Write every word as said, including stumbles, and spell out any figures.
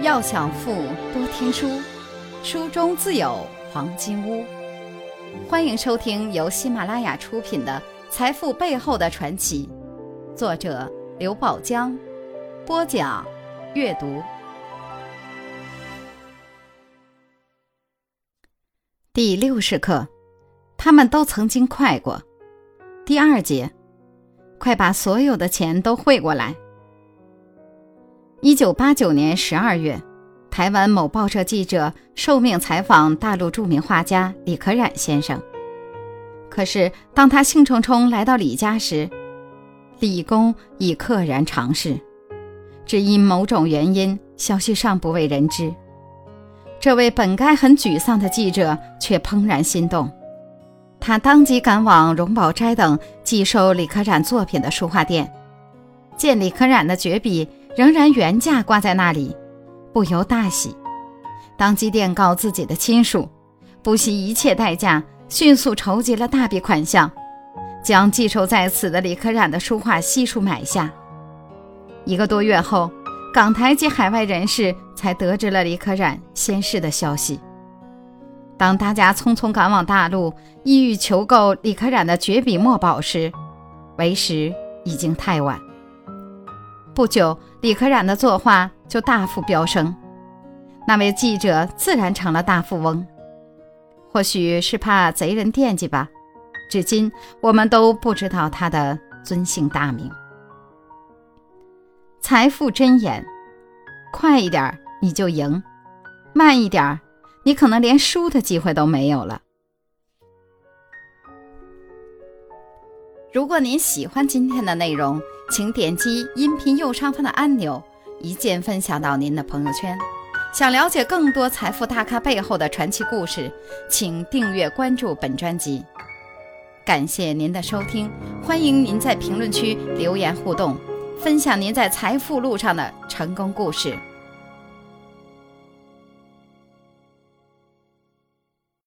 要想富，多听书，书中自有黄金屋。欢迎收听由喜马拉雅出品的《财富背后的传奇》，作者刘宝江，播讲阅读。第六十课，他们都曾经快过。第二节，快把所有的钱都汇过来。一九八九年十二月，台湾某报社记者受命采访大陆著名画家李可染先生。可是当他兴冲冲来到李家时，李公已溘然长逝，只因某种原因，消息尚不为人知。这位本该很沮丧的记者却怦然心动，他当即赶往荣宝斋等寄收李可染作品的书画店，见李可染的绝笔仍然原价挂在那里，不由大喜，当即电告自己的亲属，不惜一切代价迅速筹集了大笔款项，将寄收在此的李可染的书画悉数买下。一个多月后，港台及海外人士才得知了李可染仙逝的消息。当大家匆匆赶往大陆，意欲求购李可染的绝笔墨宝时，为时已经太晚。不久，李可染的作画就大幅飙升，那位记者自然成了大富翁。或许是怕贼人惦记吧，至今我们都不知道他的尊姓大名。财富箴言：快一点你就赢，慢一点你可能连输的机会都没有了。如果您喜欢今天的内容，请点击音频右上方的按钮，一键分享到您的朋友圈。想了解更多财富大咖背后的传奇故事，请订阅关注本专辑。感谢您的收听，欢迎您在评论区留言互动，分享您在财富路上的成功故事。